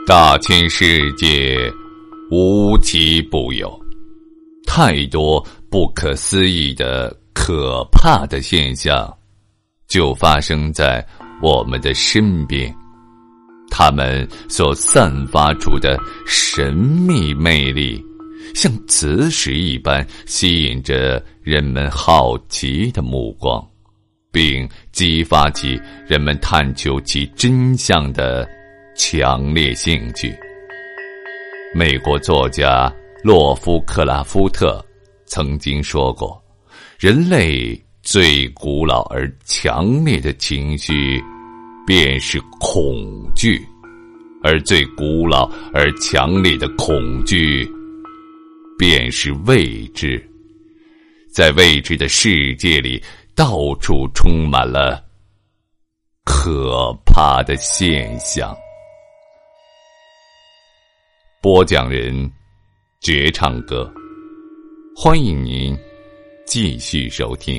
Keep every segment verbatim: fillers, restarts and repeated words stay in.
大千世界无奇不有，太多不可思议的可怕的现象就发生在我们的身边，它们所散发出的神秘魅力像磁石一般吸引着人们好奇的目光，并激发起人们探求其真相的强烈兴趣。美国作家洛夫克拉夫特曾经说过，人类最古老而强烈的情绪便是恐惧，而最古老而强烈的恐惧便是未知。在未知的世界里，到处充满了可怕的现象。播讲人绝唱歌，欢迎您继续收听。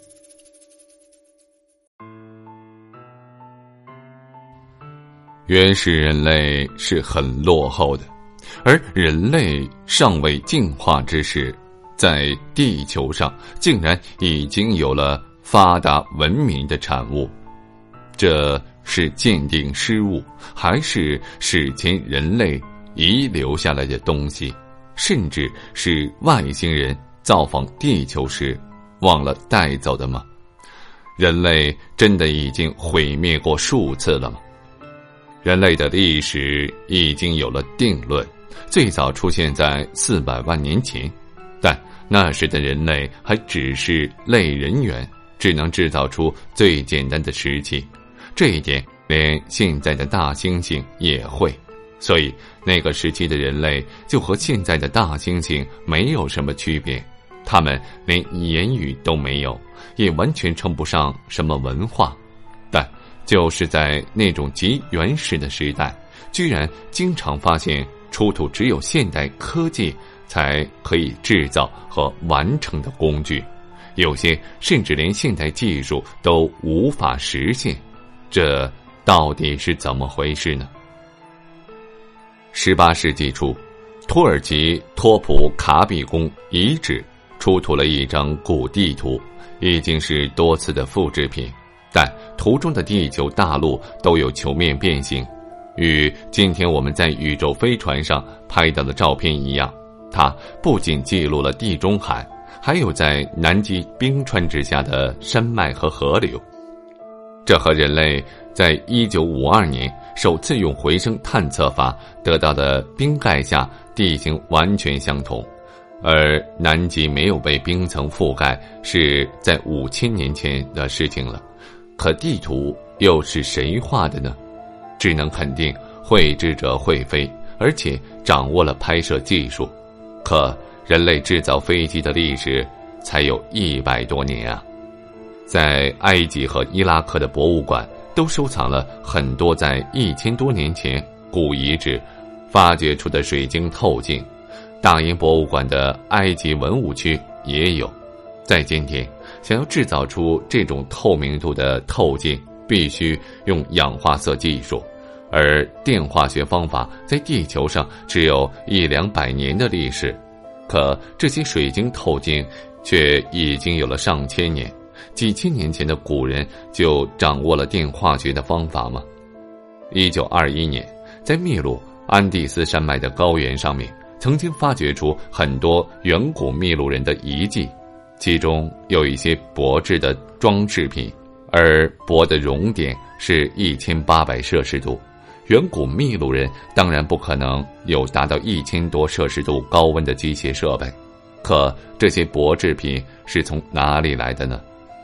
原始人类是很落后的，而人类尚未进化之时，在地球上竟然已经有了发达文明的产物。这是鉴定失误，还是史前人类遗留下来的东西，甚至是外星人造访地球时忘了带走的吗？人类真的已经毁灭过数次了吗？人类的历史已经有了定论，最早出现在四百万年前，但那时的人类还只是类人猿，只能制造出最简单的石器，这一点连现在的大猩猩也会。所以那个时期的人类就和现在的大猩猩没有什么区别，他们连言语都没有，也完全称不上什么文化。但就是在那种极原始的时代，居然经常发现出土只有现代科技才可以制造和完成的工具，有些甚至连现代技术都无法实现，这到底是怎么回事呢？十八世纪初，土耳其托普卡比宫遗址出土了一张古地图，已经是多次的复制品，但图中的地球大陆都有球面变形，与今天我们在宇宙飞船上拍到的照片一样。它不仅记录了地中海，还有在南极冰川之下的山脉和河流。这和人类在一九五二年首次用回声探测法得到的冰盖下地形完全相同，而南极没有被冰层覆盖是在五千年前的事情了。可地图又是谁画的呢？只能肯定绘制者会飞，而且掌握了拍摄技术。可人类制造飞机的历史才有一百多年啊！在埃及和伊拉克的博物馆都收藏了很多在一千多年前古遗址发掘出的水晶透镜，大英博物馆的埃及文物区也有。在今天，想要制造出这种透明度的透镜，必须用氧化色技术，而电化学方法在地球上只有一两百年的历史，可这些水晶透镜却已经有了上千年。几千年前的古人就掌握了电化学的方法吗？一九二一年，在秘鲁安第斯山脉的高原上面，曾经发掘出很多远古秘鲁人的遗迹，其中有一些铂制的装饰品，而铂的熔点是一千八百摄氏度。远古秘鲁人当然不可能有达到一千多摄氏度高温的机械设备，可这些铂制品是从哪里来的呢？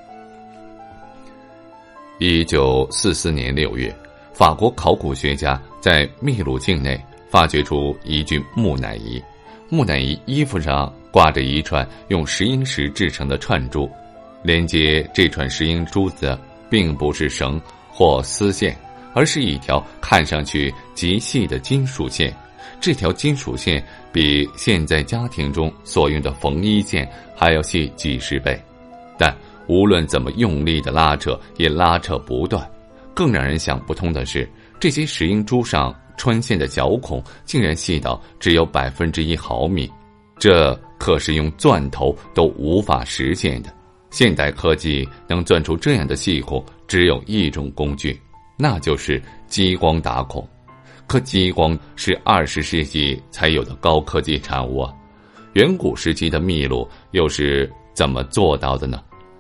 一九四四年六月，法国考古学家在秘鲁境内发掘出一具木乃伊，木乃伊衣服上挂着一串用石英石制成的串珠，连接这串石英珠子的并不是绳或丝线，而是一条看上去极细的金属线。这条金属线比现在家庭中所用的缝衣线还要细几十倍，但无论怎么用力的拉扯也拉扯不断。更让人想不通的是，这些石英珠上穿线的小孔竟然细到只有百分之一毫米，这可是用钻头都无法实现的。现代科技能钻出这样的细孔，只有一种工具，那就是激光打孔。可激光是二十世纪才有的高科技产物啊，远古时期的秘鲁又是怎么做到的呢？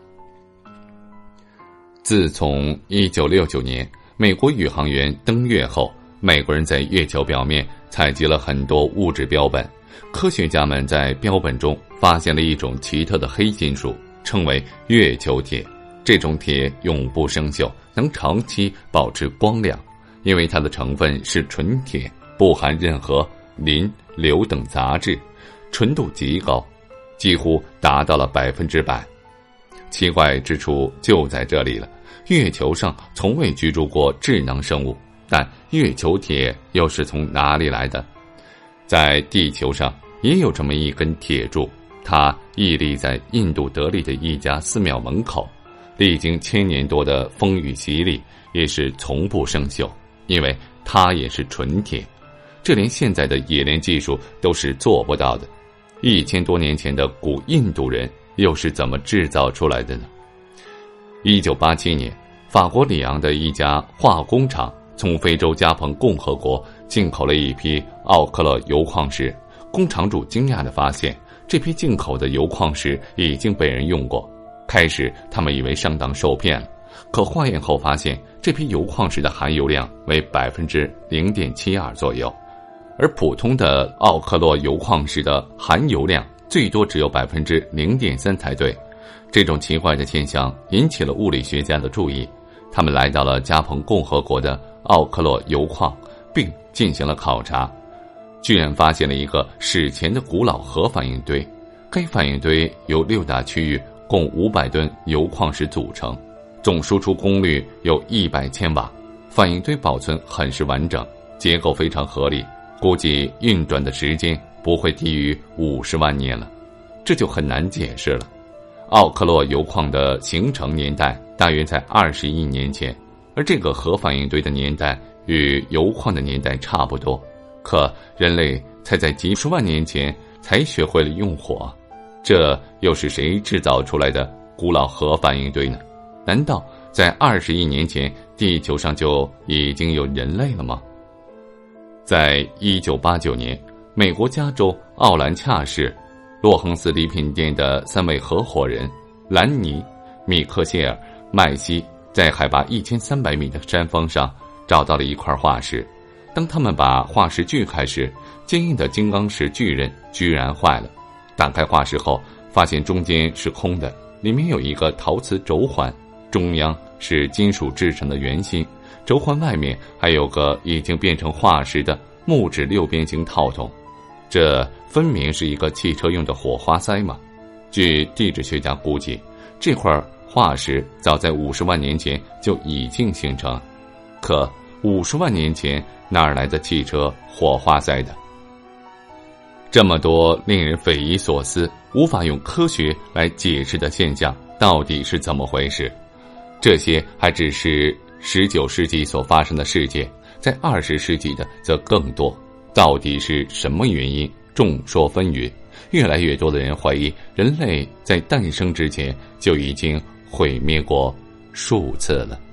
自从一九六九年美国宇航员登月后，美国人在月球表面采集了很多物质标本，科学家们在标本中发现了一种奇特的黑金属，称为月球铁。这种铁永不生锈，能长期保持光亮，因为它的成分是纯铁，不含任何磷、硫等杂质，纯度极高，几乎达到了百分之百。奇怪之处就在这里了，月球上从未居住过智能生物，但月球铁又是从哪里来的？在地球上也有这么一根铁柱，它屹立在印度德里的一家寺庙门口，历经千年多的风雨洗礼，也是从不生锈，因为它也是纯铁，这连现在的冶炼技术都是做不到的。一千多年前的古印度人又是怎么制造出来的呢？一九八七年，法国里昂的一家化工厂从非洲加蓬共和国进口了一批奥克勒铀矿石。工厂主惊讶地发现，这批进口的铀矿石已经被人用过。开始他们以为上当受骗了，可化验后发现，这批铀矿石的含油量为百分之零点七二左右，而普通的奥克洛铀矿石的含油量最多只有百分之零点三才对。这种奇怪的现象引起了物理学家的注意，他们来到了加蓬共和国的奥克洛铀矿，并进行了考察，居然发现了一个史前的古老核反应堆。该反应堆由六大区域共五百吨铀矿石组成，总输出功率有一百千瓦。反应堆保存很是完整，结构非常合理，估计运转的时间不会低于五十万年了。这就很难解释了。奥克洛铀矿的形成年代大约在二十亿年前，而这个核反应堆的年代与铀矿的年代差不多，可人类才在几十万年前才学会了用火，这又是谁制造出来的古老核反应堆呢？难道在二十亿年前地球上就已经有人类了吗？在一九八九年，美国加州奥兰恰市洛亨斯礼品店的三位合伙人兰尼、米克谢尔、麦西在海拔一千三百米的山峰上找到了一块化石。当他们把化石锯开时，坚硬的金刚石巨人居然坏了。打开化石后，发现中间是空的，里面有一个陶瓷轴环，中央是金属制成的圆心，轴环外面还有个已经变成化石的木质六边形套筒。这分明是一个汽车用的火花塞嘛。据地质学家估计，这块化石早在五十万年前就已经形成，可五十万年前哪儿来的汽车火花塞的？这么多令人匪夷所思、无法用科学来解释的现象，到底是怎么回事？这些还只是十九世纪所发生的事件，在二十世纪的则更多。到底是什么原因？众说纷纭。越来越多的人怀疑，人类在诞生之前就已经毁灭过数次了。